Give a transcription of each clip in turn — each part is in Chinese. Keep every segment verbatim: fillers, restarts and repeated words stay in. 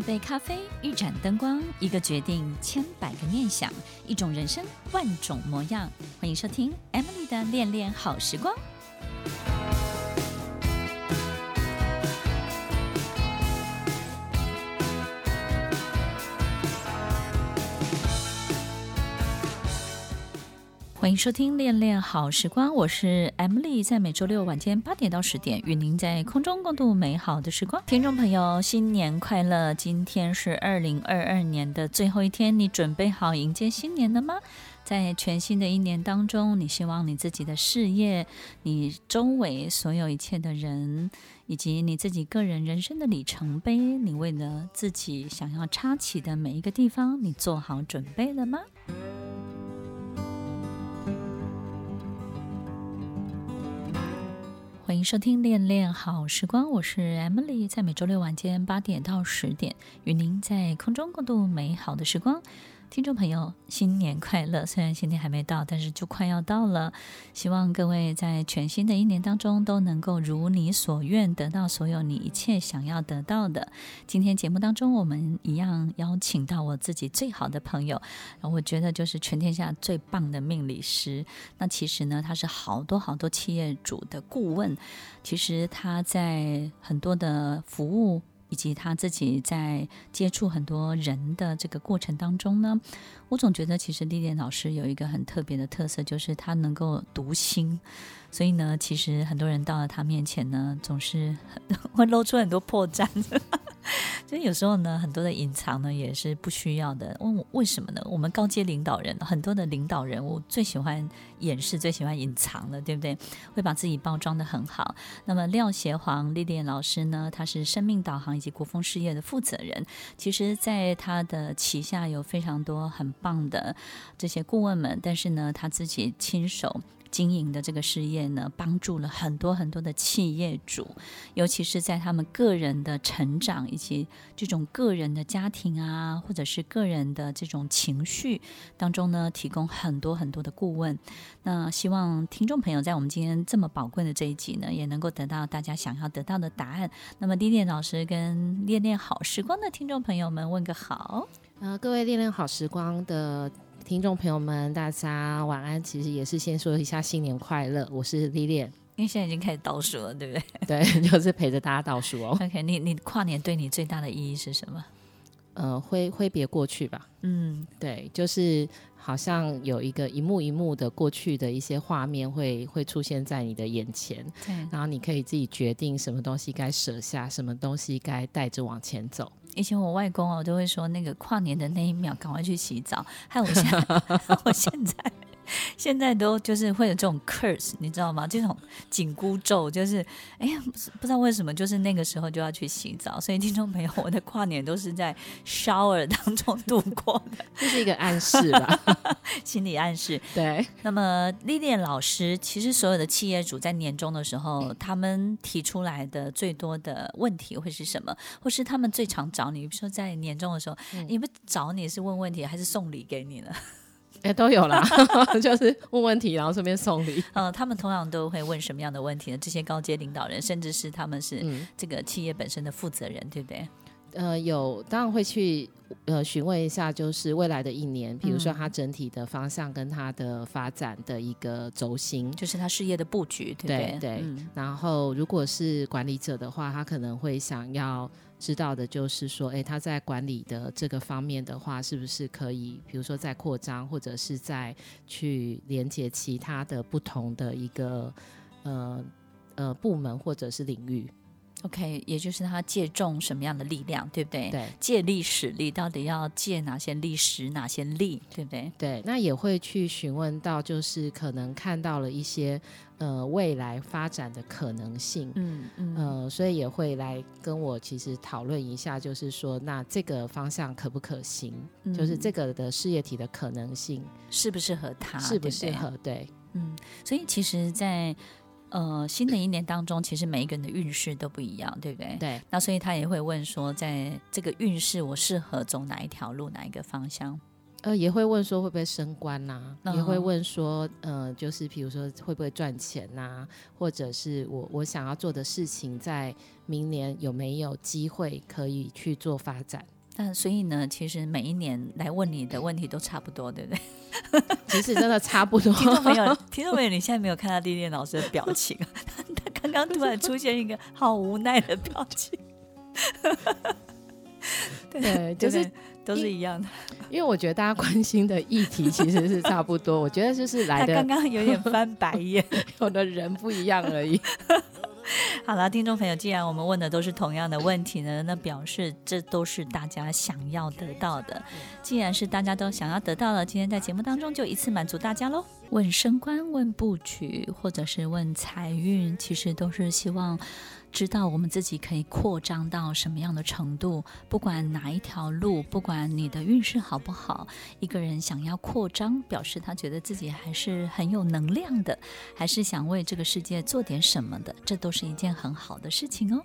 杯咖啡，一盏灯光，一个决定，千百个念想，一种人生，万种模样。欢迎收听 Emily 的恋恋好时光。欢迎收听恋恋好时光，我是 Emily， 在每周六晚间八点到十点，与您在空中共度美好的时光。听众朋友，新年快乐！今天是二零二二年的最后一天，你准备好迎接新年了吗？在全新的一年当中，你希望你自己的事业，你周围所有一切的人，以及你自己个人人生的里程碑，你为了自己想要插旗的每一个地方，你做好准备了吗？欢迎收听恋恋好时光，我是 Emily， 在每周六晚间八点到十点，与您在空中共度美好的时光。听众朋友，新年快乐！虽然新年还没到，但是就快要到了。希望各位在全新的一年当中都能够如你所愿，得到所有你一切想要得到的。今天节目当中，我们一样邀请到我自己最好的朋友，我觉得就是全天下最棒的命理师。那其实呢，他是好多好多企业主的顾问。其实他在很多的服务以及他自己在接触很多人的这个过程当中呢，我总觉得其实历练老师有一个很特别的特色，就是他能够读心。所以呢，其实很多人到了他面前呢，总是会露出很多破绽所以有时候呢，很多的隐藏呢也是不需要的。问为什么呢？我们高阶领导人，很多的领导人物最喜欢掩饰，最喜欢隐藏了，对不对？会把自己包装得很好。那么廖协煌历练老师呢，他是生命导航以及国风事业的负责人。其实在他的旗下有非常多很棒的这些顾问们，但是呢，他自己亲手经营的这个事业呢，帮助了很多很多的企业主，尤其是在他们个人的成长以及这种个人的家庭啊，或者是个人的这种情绪当中呢，提供很多很多的顾问。那希望听众朋友在我们今天这么宝贵的这一集呢，也能够得到大家想要得到的答案。那么历练老师跟恋恋好时光的听众朋友们问个好。 呃，各位恋恋好时光的听众朋友们，大家晚安。其实也是先说一下新年快乐，我是莉恋。 因为现在已经开始倒数了，对不对？ 对，就是陪着大家倒数哦。 OK， 你你跨年对你最大的意义是什么？ 呃，挥挥别过去吧。嗯，对，就是好像有一个一幕一幕的过去的一些画面会会出现在你的眼前，对，然后你可以自己决定什么东西该舍下，什么东西该带着往前走。 以前我外公哦都会说，那个跨年的那一秒赶快去洗澡，害我现在我现在现在都就是会有这种 curse， 你知道吗？这种紧箍咒，就是哎呀，不知道为什么，就是那个时候就要去洗澡。所以听众朋友，我的跨年都是在 shower 当中度过的， 这是一个暗示吧， 心理暗示。 对。 那么历练老师，其实所有的企业主在年终的时候，他们提出来的最多的问题会是什么？或是他们最常找你，比如说在年终的时候，嗯、你们找你是问问题，还是送礼给你呢？ 哎、欸，都有啦就是问问题然后顺便送礼。 嗯，他们通常都会问什么样的问题呢？这些高阶领导人，甚至是他们是这个企业本身的负责人，对不对？ 呃，有，当然会去呃询问一下，就是未来的一年，比如说他整体的方向跟他的发展的一个轴心， 就是他事业的布局，对不对？ 对对、嗯。然后，如果是管理者的话，他可能会想要知道的就是说，哎，他在管理的这个方面的话，是不是可以，比如说在扩张，或者是在去连接其他的不同的一个呃呃部门或者是领域。 OK， 也就是他借重什么样的力量，对不对？ 对， 借力使力，到底要借哪些力使哪些力，对不对？ 对，那也会去询问到，就是可能看到了一些呃未来发展的可能性，嗯嗯，呃，所以也会来跟我其实讨论一下，就是说，那这个方向可不可行？嗯、就是这个的事业体的可能性适不适合他， 适不适合？ 对, 对， 嗯，所以其实，在呃，新的一年当中，其实每一个人的运势都不一样，对不对？ 对。 那所以他也会问说，在这个运势，我适合走哪一条路，哪一个方向？ 呃，也会问说会不会升官呐、啊哦？也会问说，呃，就是比如说会不会赚钱呐、啊？或者是我我想要做的事情，在明年有没有机会可以去做发展？ 但所以呢，其实每一年来问你的问题都差不多，对不对？ 其实真的差不多。 听众朋友，听众朋友，你现在没有看到丽莲老师的表情，他刚刚突然出现一个好无奈的表情。对, 对，就是对都是一样的。 因为我觉得大家关心的议题其实是差不多，我觉得就是来的他刚刚有点翻白眼， 有的人不一样而已。 好了，听众朋友，既然我们问的都是同样的问题呢，那表示这都是大家想要得到的。既然是大家都想要得到了，今天在节目当中就一次满足大家咯。问升官，问布局，或者是问财运，其实都是希望知道我们自己可以扩张到什么样的程度。不管哪一条路，不管你的运势好不好，一个人想要扩张，表示他觉得自己还是很有能量的，还是想为这个世界做点什么的，这都是一件很好的事情哦。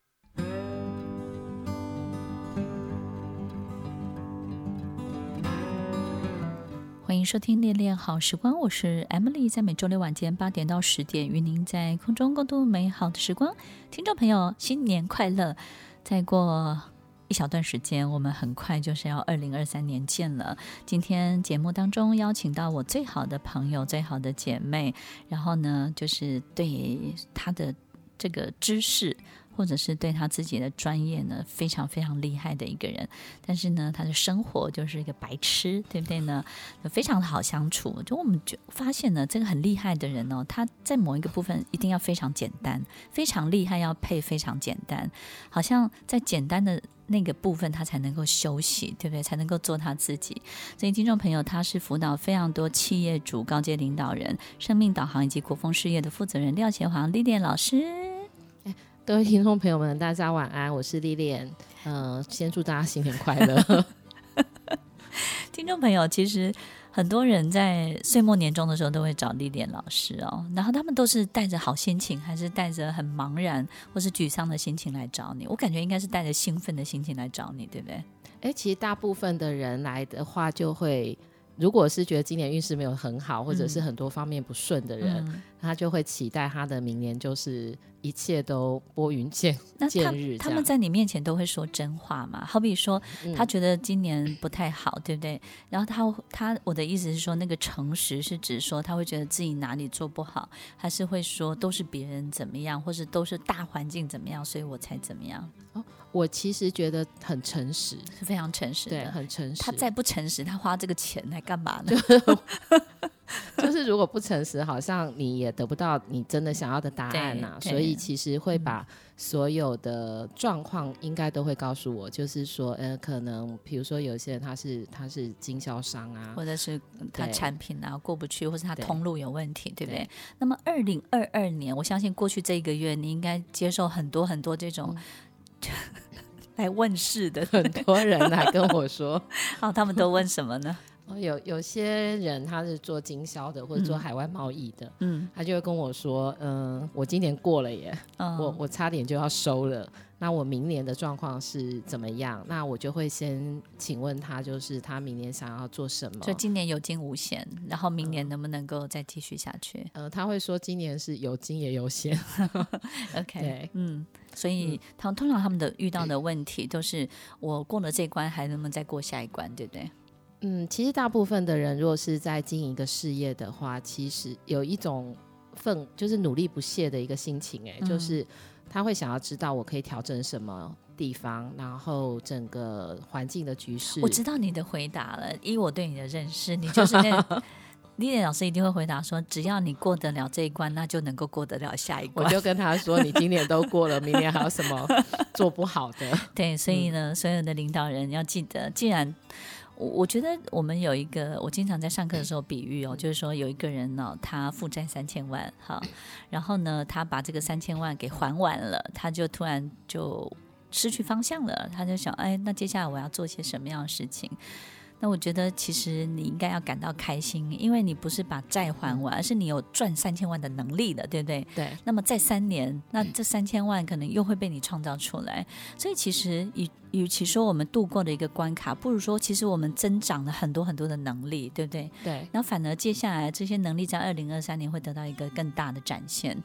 欢迎收听恋恋好时光，我是 Emily， 在每周六晚间八点到十点与您在空中共度美好的时光。听众朋友，新年快乐！再过一小段时间，我们很快就是要二零二三年见了。今天节目当中邀请到我最好的朋友、最好的姐妹，然后呢，就是对她的这个知识，或者是对他自己的专业呢非常非常厉害的一个人，但是呢他的生活就是一个白痴，对不对呢？非常的好相处。就我们就发现呢，这个很厉害的人哦，他在某一个部分一定要非常简单，非常厉害要配非常简单，好像在简单的那个部分他才能够休息，对不对？才能够做他自己。所以听众朋友，他是辅导非常多企业主、高阶领导人、生命导航以及国风事业的负责人廖协煌丽莲老师。 各位听众朋友们，大家晚安，我是丽莲。呃，先祝大家新年快乐。 听众朋友，其实很多人在岁末年终的时候都会找丽莲老师哦，然后他们都是带着好心情，还是带着很茫然或是沮丧的心情来找你？我感觉应该是带着兴奋的心情来找你，对不对？ 哎，其实大部分的人来的话，就会如果是觉得今年运势没有很好，或者是很多方面不顺的人、嗯、他就会期待他的明年就是一切都拨云见见日。 他们在你面前都会说真话嘛？好比说他觉得今年不太好、嗯、对不对？然后他他我的意思是说，那个诚实是指说他会觉得自己哪里做不好，还是会说都是别人怎么样，或是都是大环境怎么样，所以我才怎么样？ 哦，我其实觉得很诚实， 是非常诚实的。 对，很诚实。 他再不诚实，他花这个钱来干嘛呢？ 就是如果不诚实，好像你也得不到你真的想要的答案啊。所以其实会把所有的状况应该都会告诉我，就是说，呃，可能比如说有些人他是他是经销商啊， 或者是他产品啊过不去，或是他通路有问题， 对, 对不对？那么二零二二年，我相信过去这一个月，你应该接受很多很多这种、嗯、来问事的， 很多人来跟我说， 好，他们都问什么呢？ 有有些人他是做经销的或者做海外贸易的、嗯、他就会跟我说，嗯、呃，我今年过了耶、嗯、我, 我差点就要收了，那我明年的状况是怎么样？那我就会先请问他，就是他明年想要做什么。 所以今年有惊无险，然后明年能不能够再继续下去？ 呃，他会说今年是有惊也有险。 OK， 对， 嗯，所以他通常他们的遇到的问题都是我过了这一关，还能不能再过下一关，对不对？ 嗯，其实大部分的人如果是在经营一个事业的话，其实有一种奋就是努力不懈的一个心情、欸嗯、就是他会想要知道我可以调整什么地方，然后整个环境的局势。 我知道你的回答了，依我对你的认识，你就是那丽莲老师一定会回答说，只要你过得了这一关，那就能够过得了下一关。 我就跟他说，你今年都过了，明年还有什么做不好的？ 对，所以呢、嗯、所有的领导人要记得，既然我, 我觉得我们有一个，我经常在上课的时候比喻哦，就是说有一个人呢、哦，他负债三千万，好，然后呢，他把这个三千万给还完了，他就突然就失去方向了，他就想，哎，那接下来我要做些什么样的事情？那我觉得其实你应该要感到开心，因为你不是把债还完，而是你有赚三千万的能力了，对不对？ 对。 那么在三年，那这三千万可能又会被你创造出来，所以其实与与其说我们度过了一个关卡，不如说其实我们增长了很多很多的能力，对不对？ 对。 然后反而接下来这些能力在二零二三年会得到一个更大的展现。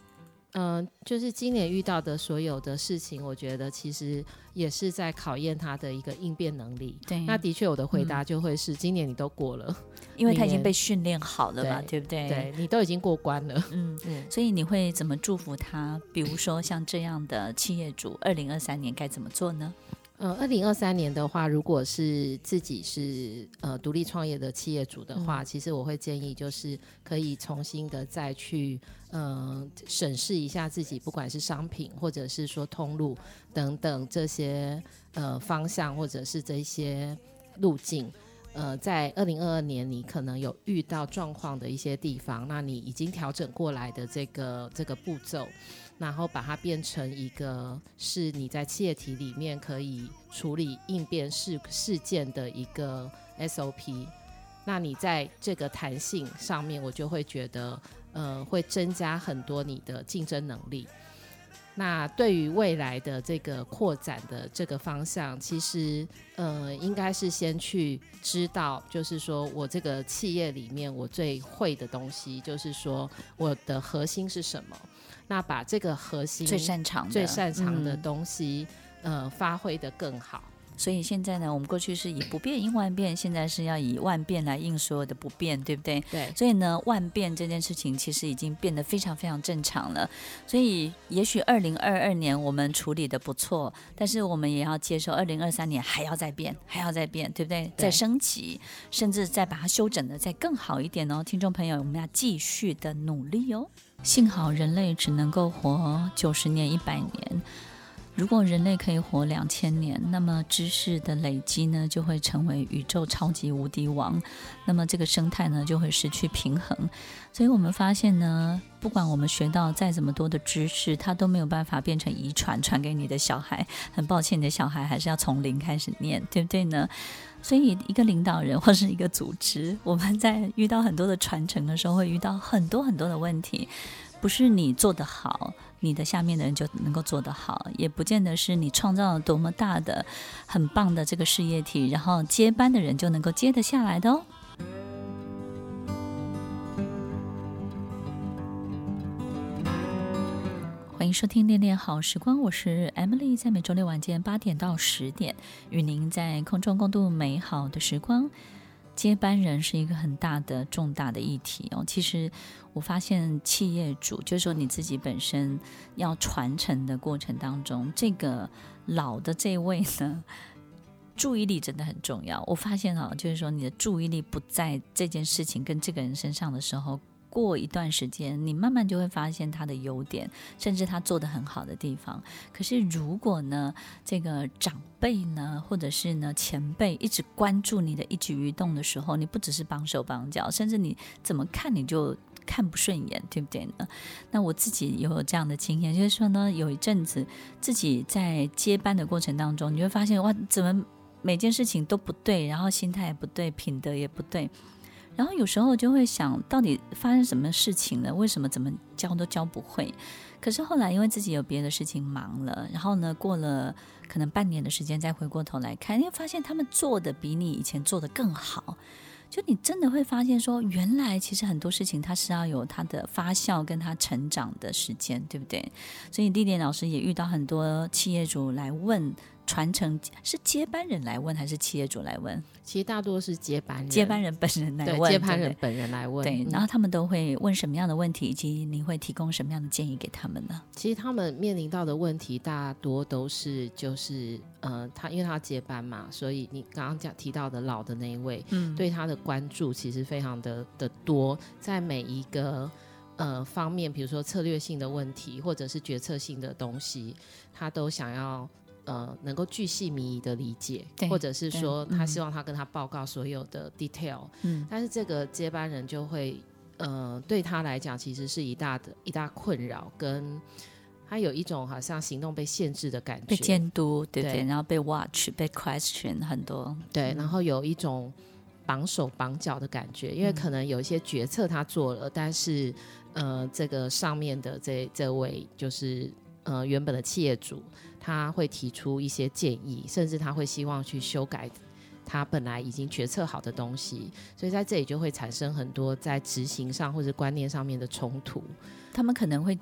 嗯、呃，就是今年遇到的所有的事情，我觉得其实也是在考验他的一个应变能力。 对， 那的确我的回答就会是、嗯、今年你都过了， 因为他已经被训练好了嘛， 对, 对不对？ 对，你都已经过关了。 嗯嗯，所以你会怎么祝福他？比如说像这样的企业主二零二三年该怎么做呢？ 呃，二零二三年的话，如果是自己是呃独立创业的企业主的话、嗯，其实我会建议就是可以重新的再去呃审视一下自己，不管是商品或者是说通路等等这些呃方向或者是这些路径。呃，在二零二二年你可能有遇到状况的一些地方，那你已经调整过来的这个这个步骤，然后把它变成一个是你在企业体里面可以处理应变 事, 事件的一个 S O P。 那你在这个弹性上面，我就会觉得呃，会增加很多你的竞争能力。那对于未来的这个扩展的这个方向，其实呃，应该是先去知道，就是说我这个企业里面我最会的东西，就是说我的核心是什么，那把这个核心最擅长的最擅长的东西、嗯、呃，发挥得更好。 所以现在呢，我们过去是以不变应万变，现在是要以万变来应所有的不变，对不对？ 对。 所以呢，万变这件事情其实已经变得非常非常正常了。所以也许二零二二年我们处理的不错，但是我们也要接受二零二三年还要再变，还要再变，对不对？对，再升级，甚至再把它修整的再更好一点哦。听众朋友，我们要继续的努力哦。幸好人类只能够活九十年、一百年。如果人类可以活两千年，那么知识的累积呢，就会成为宇宙超级无敌王，那么这个生态呢，就会失去平衡。所以我们发现呢，不管我们学到再怎么多的知识，它都没有办法变成遗传传给你的小孩。很抱歉，你的小孩还是要从零开始念，对不对呢？所以一个领导人或是一个组织，我们在遇到很多的传承的时候，会遇到很多很多的问题。不是你做得好，你的下面的人就能够做得好，也不见得是你创造了多么大的很棒的这个事业体，然后接班的人就能够接得下来的哦。欢迎收听恋恋好时光，我是 Emily， 在每周六晚间八点到十点，与您在空中共度美好的时光。接班人是一个很大的重大的议题哦。其实我发现企业主，就是说你自己本身要传承的过程当中，这个老的这位呢，注意力真的很重要。我发现啊，就是说你的注意力不在这件事情跟这个人身上的时候，过一段时间你慢慢就会发现他的优点，甚至他做得很好的地方。可是如果呢，这个长辈呢，或者是呢前辈一直关注你的一举一动的时候，你不只是帮手帮脚，甚至你怎么看你就看不顺眼，对不对呢？那我自己也有这样的经验，就是说呢，有一阵子自己在接班的过程当中，你会发现哇，怎么每件事情都不对，然后心态也不对，品德也不对。然后有时候就会想，到底发生什么事情了？为什么怎么教都教不会？可是后来因为自己有别的事情忙了，然后呢，过了可能半年的时间再回过头来看，你会发现他们做的比你以前做的更好。就你真的会发现说，原来其实很多事情它是要有它的发酵跟它成长的时间，对不对？所以莉莲老师也遇到很多企业主来问传承，是接班人来问还是企业主来问？ 其实大多是接班人， 接班人本人来问， 对，接班人本人来问。 对，然后他们都会问什么样的问题，以及你会提供什么样的建议给他们呢？ 其实他们面临到的问题大多都是就是呃，他因为他接班嘛，所以你刚刚讲提到的老的那一位，嗯，对他的关注其实非常的的多，在每一个呃方面，比如说策略性的问题，或者是决策性的东西，他都想要呃能够巨细靡遗的理解，或者是说他希望他跟他报告所有的 detail，嗯，但是这个接班人就会呃对他来讲其实是一大的一大困扰，跟他有一种好像行动被限制的感觉， 被监督，对对，然后被 watch 被 question 很多， 对，然后有一种绑手绑脚的感觉，因为可能有一些决策他做了，但是呃这个上面的这这位就是呃原本的企业主，他会提出一些建议，甚至他会希望去修改他本来已经决策好的东西，所以在这里就会产生很多在执行上或者观念上面的冲突。 他们可能会解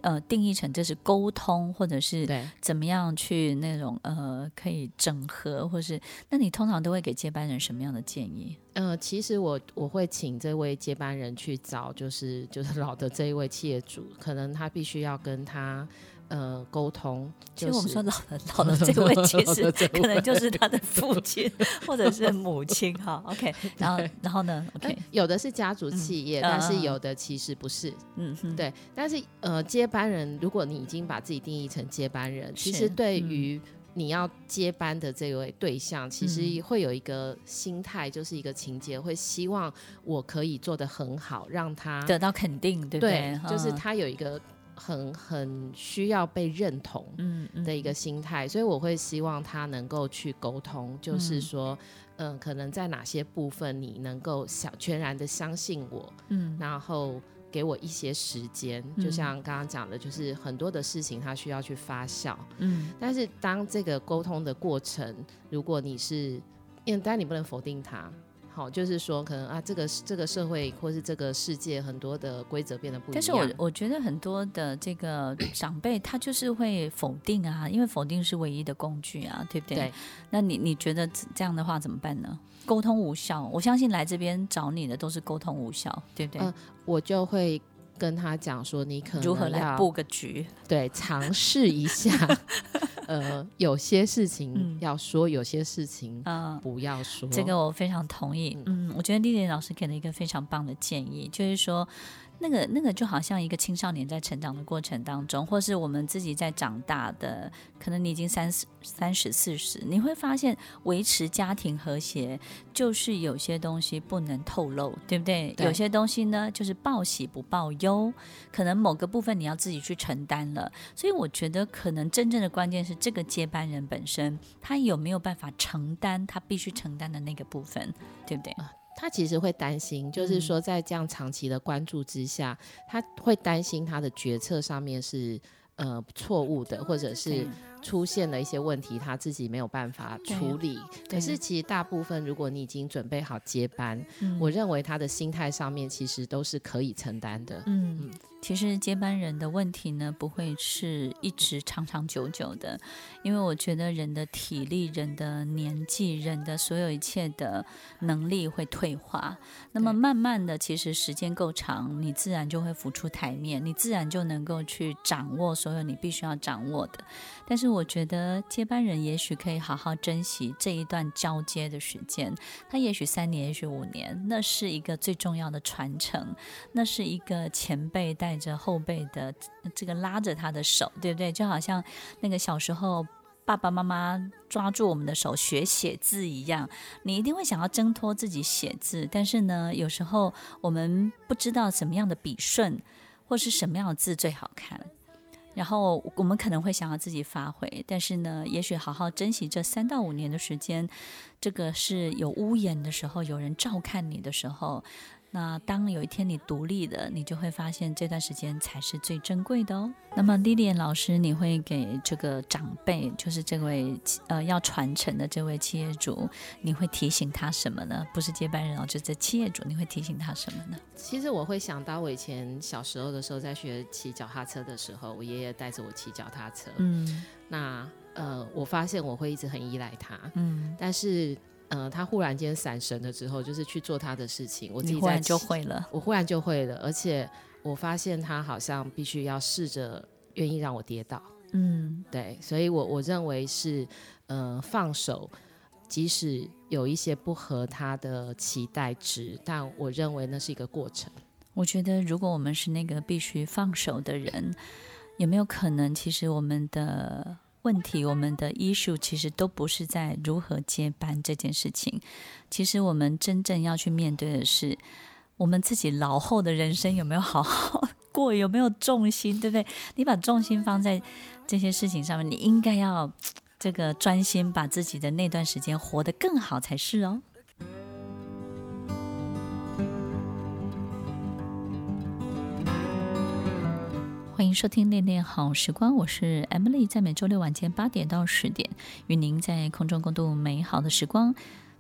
呃定义成这是沟通，或者是对怎么样去那种呃可以整合，或是那你通常都会给接班人什么样的建议？ 呃，其实我我会请这位接班人去找，就是就是老的这一位企业主，可能他必须要跟他呃沟通。就是、 其实我们说老的老的这位，其实可能就是他的父亲或者是母亲哈。OK， 然后然后呢 ？OK，、呃、 有的是家族企业，嗯、但是有的其实不是。嗯哼，对。但是呃，接班人，如果你已经把自己定义成接班人，其实对于、嗯你要接班的这位对象其实会有一个心态、嗯、就是一个情节，会希望我可以做得很好，让他得到肯定，对不对？ 对，就是他有一个很很需要被认同的一个心态、嗯嗯、所以我会希望他能够去沟通，就是说嗯、呃，可能在哪些部分你能够想全然的相信我，嗯，然后给我一些时间，就像刚刚讲的，就是很多的事情它需要去发酵，嗯，但是当这个沟通的过程，如果你是，因为当然你不能否定它，好，就是说可能啊，这个这个社会或是这个世界很多的规则变得不一样。 但是我我觉得很多的这个长辈他就是会否定啊，因为否定是唯一的工具啊，对不对？对。那你你觉得这样的话怎么办呢？沟通无效，我相信来这边找你的都是沟通无效，对不对？呃、 我就会跟他讲说，你可能如何来布个局， 对，尝试一下。呃，有些事情要说，嗯、有些事情不要说、 嗯。这个我非常同意。嗯，嗯我觉得丽丽老师给了一个非常棒的建议，就是说。那个那个就好像一个青少年在成长的过程当中，或是我们自己在长大的，可能你已经三十、三十、四十，你会发现维持家庭和谐，就是有些东西不能透露，对不对？对，有些东西呢，就是报喜不报忧，可能某个部分你要自己去承担了。所以我觉得，可能真正的关键是这个接班人本身，他有没有办法承担他必须承担的那个部分，对不对？ 啊他其实会担心，就是说在这样长期的关注之下，他会担心他的决策上面是呃错误的，或者是出现了一些问题他自己没有办法处理。可是其实大部分如果你已经准备好接班，我认为他的心态上面其实都是可以承担的。嗯嗯， 其实接班人的问题呢，不会是一直长长久久的，因为我觉得人的体力、人的年纪、人的所有一切的能力会退化。那么慢慢的，其实时间够长，你自然就会浮出台面，你自然就能够去掌握所有你必须要掌握的。但是我觉得接班人也许可以好好珍惜这一段交接的时间，他也许三年，也许五年，那是一个最重要的传承，那是一个前辈带带着后辈的这个拉着他的手，对不对？就好像那个小时候爸爸妈妈抓住我们的手学写字一样，你一定会想要挣脱自己写字，但是呢，有时候我们不知道什么样的笔顺或是什么样的字最好看，然后我们可能会想要自己发挥，但是呢，也许好好珍惜这三到五年的时间，这个是有屋檐的时候，有人照看你的时候，那当有一天你独立了，你就会发现这段时间才是最珍贵的哦。那么 Lilian 老师，你会给这个长辈，就是这位呃要传承的这位企业主，你会提醒他什么呢？不是接班人哦，就是企业主，你会提醒他什么呢？ 其实我会想到我以前小时候的时候，在学骑脚踏车的时候，我爷爷带着我骑脚踏车，嗯，那呃，我发现我会一直很依赖他，嗯，但是。呃，他忽然间闪神了之后，就是去做他的事情，我自己在你忽然就会了， 我忽然就会了，而且我发现他好像必须要试着愿意让我跌倒，嗯，对，所以我我认为是呃放手，即使有一些不合他的期待值，但我认为那是一个过程。 我觉得如果我们是那个必须放手的人，有没有可能其实我们的问题，我们的 issue 其实都不是在如何接班这件事情，其实我们真正要去面对的是我们自己老后的人生有没有好好过，有没有重心，对不对？你把重心放在这些事情上面，你应该要这个专心把自己的那段时间活得更好才是哦。欢迎收听恋恋好时光，我是 Emily， 在每周六晚间八点到十点，与您在空中共度美好的时光。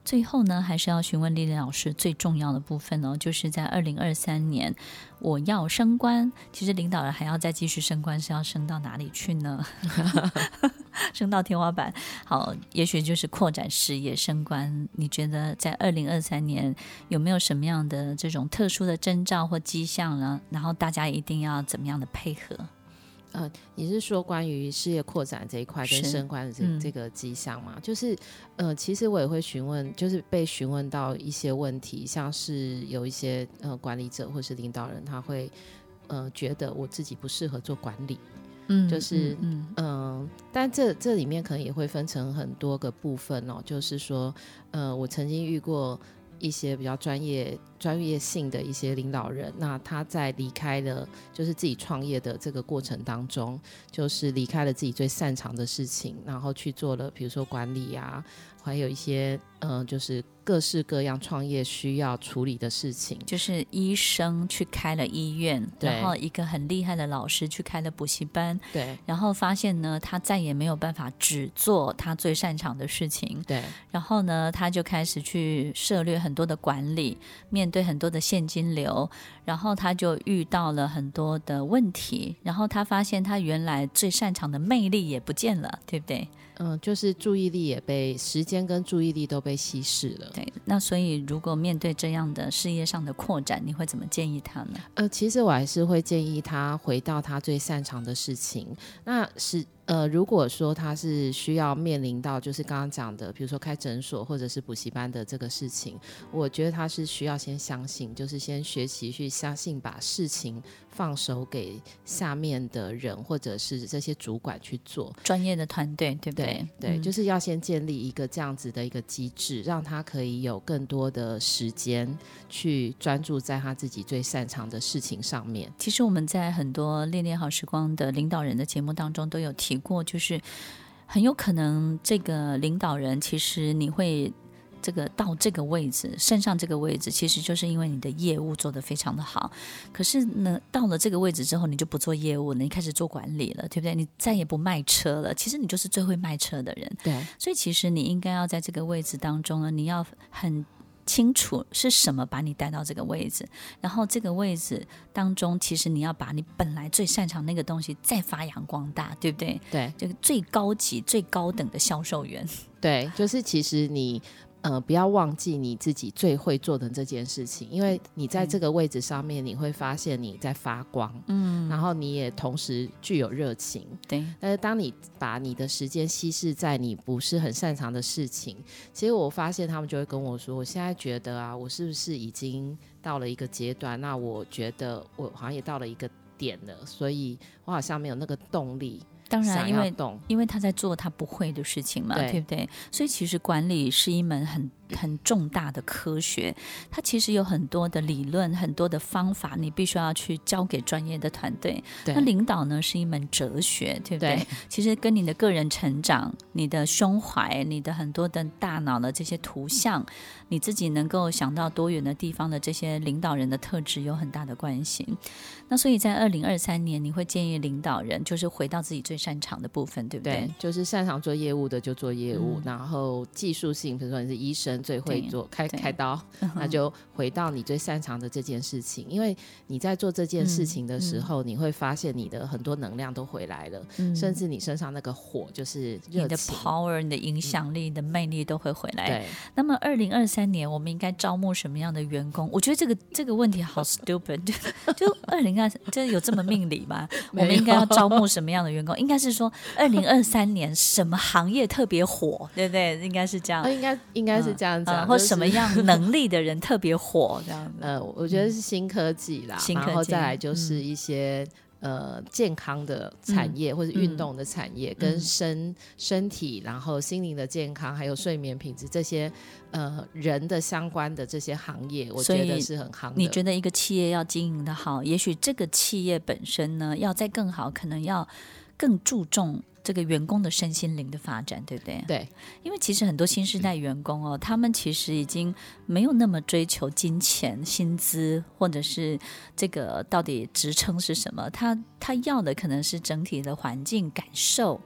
最后呢，还是要询问丽丽老师最重要的部分哦，就是在二零二三年我要升官，其实领导人还要再继续升官，是要升到哪里去呢？升到天花板。好，也许就是扩展视野升官。你觉得在二零二三年有没有什么样的这种特殊的征兆或迹象呢？然后大家一定要怎么样的配合？ 呃，你是说关于事业扩展这一块跟升官的 这,、嗯、这个迹象吗？就是呃，其实我也会询问，就是被询问到一些问题，像是有一些呃管理者或是领导人，他会呃觉得我自己不适合做管理，嗯，就是嗯、呃，但这这里面可能也会分成很多个部分哦，就是说呃，我曾经遇过一些比较专业专业性的一些领导人，那他在离开了就是自己创业的这个过程当中，就是离开了自己最擅长的事情，然后去做了比如说管理啊，还有一些呃就是各式各样创业需要处理的事情， 就是医生去开了医院，然后一个很厉害的老师去开了补习班， 对， 然后发现呢他再也没有办法只做他最擅长的事情， 对， 然后呢他就开始去涉猎很多的管理，面对很多的现金流，然后他就遇到了很多的问题，然后他发现他原来最擅长的魅力也不见了，对不对？ 嗯，就是注意力也被时间跟注意力都被稀释了。 对，那所以如果面对这样的事业上的扩展，你会怎么建议他呢？ 呃，其实我还是会建议他回到他最擅长的事情。那是呃，如果说他是需要面临到就是刚刚讲的，比如说开诊所或者是补习班的这个事情，我觉得他是需要先相信，就是先学习去相信，把事情放手给下面的人或者是这些主管去做， 专业的团队，对不对？ 对对、嗯，就是要先建立一个这样子的一个机制，让他可以有更多的时间去专注在他自己最擅长的事情上面。 其实我们在很多练练好时光的领导人的节目当中都有提过，就是很有可能这个领导人其实你会这个到这个位置升上这个位置，其实就是因为你的业务做得非常的好，可是呢到了这个位置之后你就不做业务了，你开始做管理了，对不对？你再也不卖车了，其实你就是最会卖车的人。 对， 所以其实你应该要在这个位置当中呢，你要很清楚是什么把你带到这个位置，然后这个位置当中其实你要把你本来最擅长那个东西再发扬光大，对不对？ 对， 这个最高级最高等的销售员。 对，就是其实你呃，不要忘记你自己最会做的这件事情，因为你在这个位置上面，你会发现你在发光，嗯，然后你也同时具有热情， 对。 但是当你把你的时间稀释在你不是很擅长的事情，其实我发现他们就会跟我说，我现在觉得啊，我是不是已经到了一个阶段？那我觉得我好像也到了一个点了，所以我好像没有那个动力。 当然因为因为他在做他不会的事情嘛， 对, 对不对？所以其实管理是一门很很重大的科学，它其实有很多的理论，很多的方法，你必须要去交给专业的团队。那领导呢是一门哲学，对不 对, 对？其实跟你的个人成长，你的胸怀，你的很多的大脑的这些图像，你自己能够想到多远的地方的这些领导人的特质有很大的关系。那所以在二零二三年，你会建议领导人就是回到自己最擅长的部分，对不对？ 对，就是擅长做业务的就做业务，嗯、然后技术性，比如说你是医生，最会做开开刀，那就回到你最擅长的这件事情。因为你在做这件事情的时候，嗯、你会发现你的很多能量都回来了，嗯、甚至你身上那个火就是热情， 你的 power、你的影响力、嗯、你的魅力都会回来。 对。 那么二零二三年我们应该招募什么样的员工？我觉得这个这个问题好 stupid， 就二零二就有这么命理吗？我们应该要招募什么样的员工？应该是说二零二三年什么行业特别火，对不对？应该是这样。 应该应该是这样讲、嗯嗯，或什么样能力的人特别火这样子。 呃，我觉得是新科技啦， 新科技， 然后再来就是一些、嗯、呃健康的产业、嗯、或者运动的产业，嗯、跟身身体，然后心灵的健康，还有睡眠品质这些呃人的相关的这些行业，我觉得是很夯的。 你觉得一个企业要经营的好，也许这个企业本身呢要再更好，可能要更注重这个员工的身心灵的发展，对不对？ 对， 因为其实很多新世代员工哦，他们其实已经没有那么追求金钱、薪资，或者是这个到底职称是什么，他他要的可能是整体的环境感受，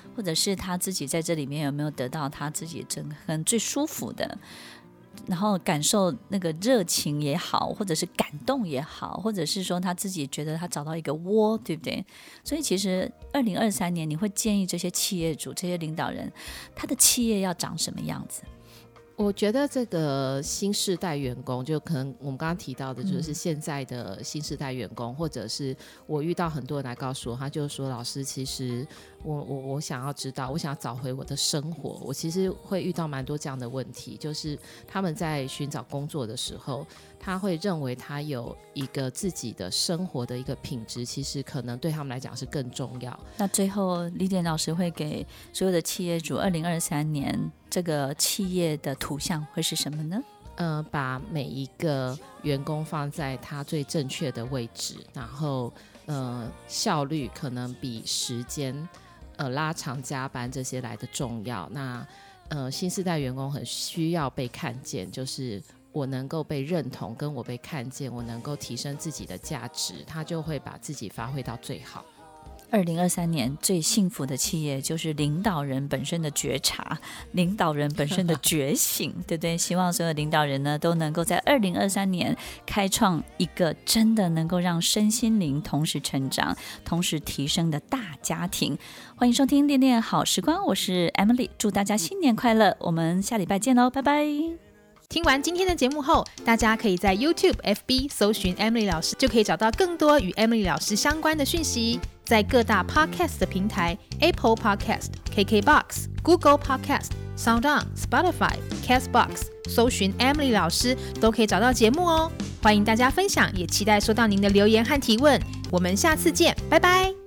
或者是他自己在这里面有没有得到他自己整个最舒服的，然后感受那个热情也好，或者是感动也好，或者是说他自己觉得他找到一个窝，对不对？所以其实二零二三年你会建议这些企业主、这些领导人，他的企业要长什么样子？ 我觉得这个新世代员工，就可能我们刚刚提到的就是现在的新世代员工、嗯、或者是我遇到很多人来告诉我，他就说老师其实我我我想要知道，我想要找回我的生活。我其实会遇到蛮多这样的问题，就是他们在寻找工作的时候，他会认为他有一个自己的生活的一个品质，其实可能对他们来讲是更重要。 那最后李典老师会给所有的企业主二零二三年这个企业的图像会是什么呢？ 呃，把每一个员工放在他最正确的位置，然后呃效率可能比时间呃拉长加班这些来的重要。那呃新世代员工很需要被看见，就是我能够被认同，跟我被看见，我能够提升自己的价值，他就会把自己发挥到最好。 二零二三年最幸福的企业就是领导人本身的觉察，领导人本身的觉醒对不对？希望所有领导人呢都能够在二零二三年开创一个真的能够让身心灵同时成长同时提升的大家庭。欢迎收听恋恋好时光，我是 Emily， 祝大家新年快乐，我们下礼拜见咯，拜拜。 听完今天的节目后，大家可以在 YouTube、F B 搜寻 Emily 老师，就可以找到更多与 Emily 老师相关的讯息。在各大 Podcast 的平台 Apple Podcast、K K B O X、Google Podcast、SoundOn、Spotify、Castbox 搜寻 Emily 老师都可以找到节目哦。欢迎大家分享，也期待收到您的留言和提问。我们下次见，拜拜。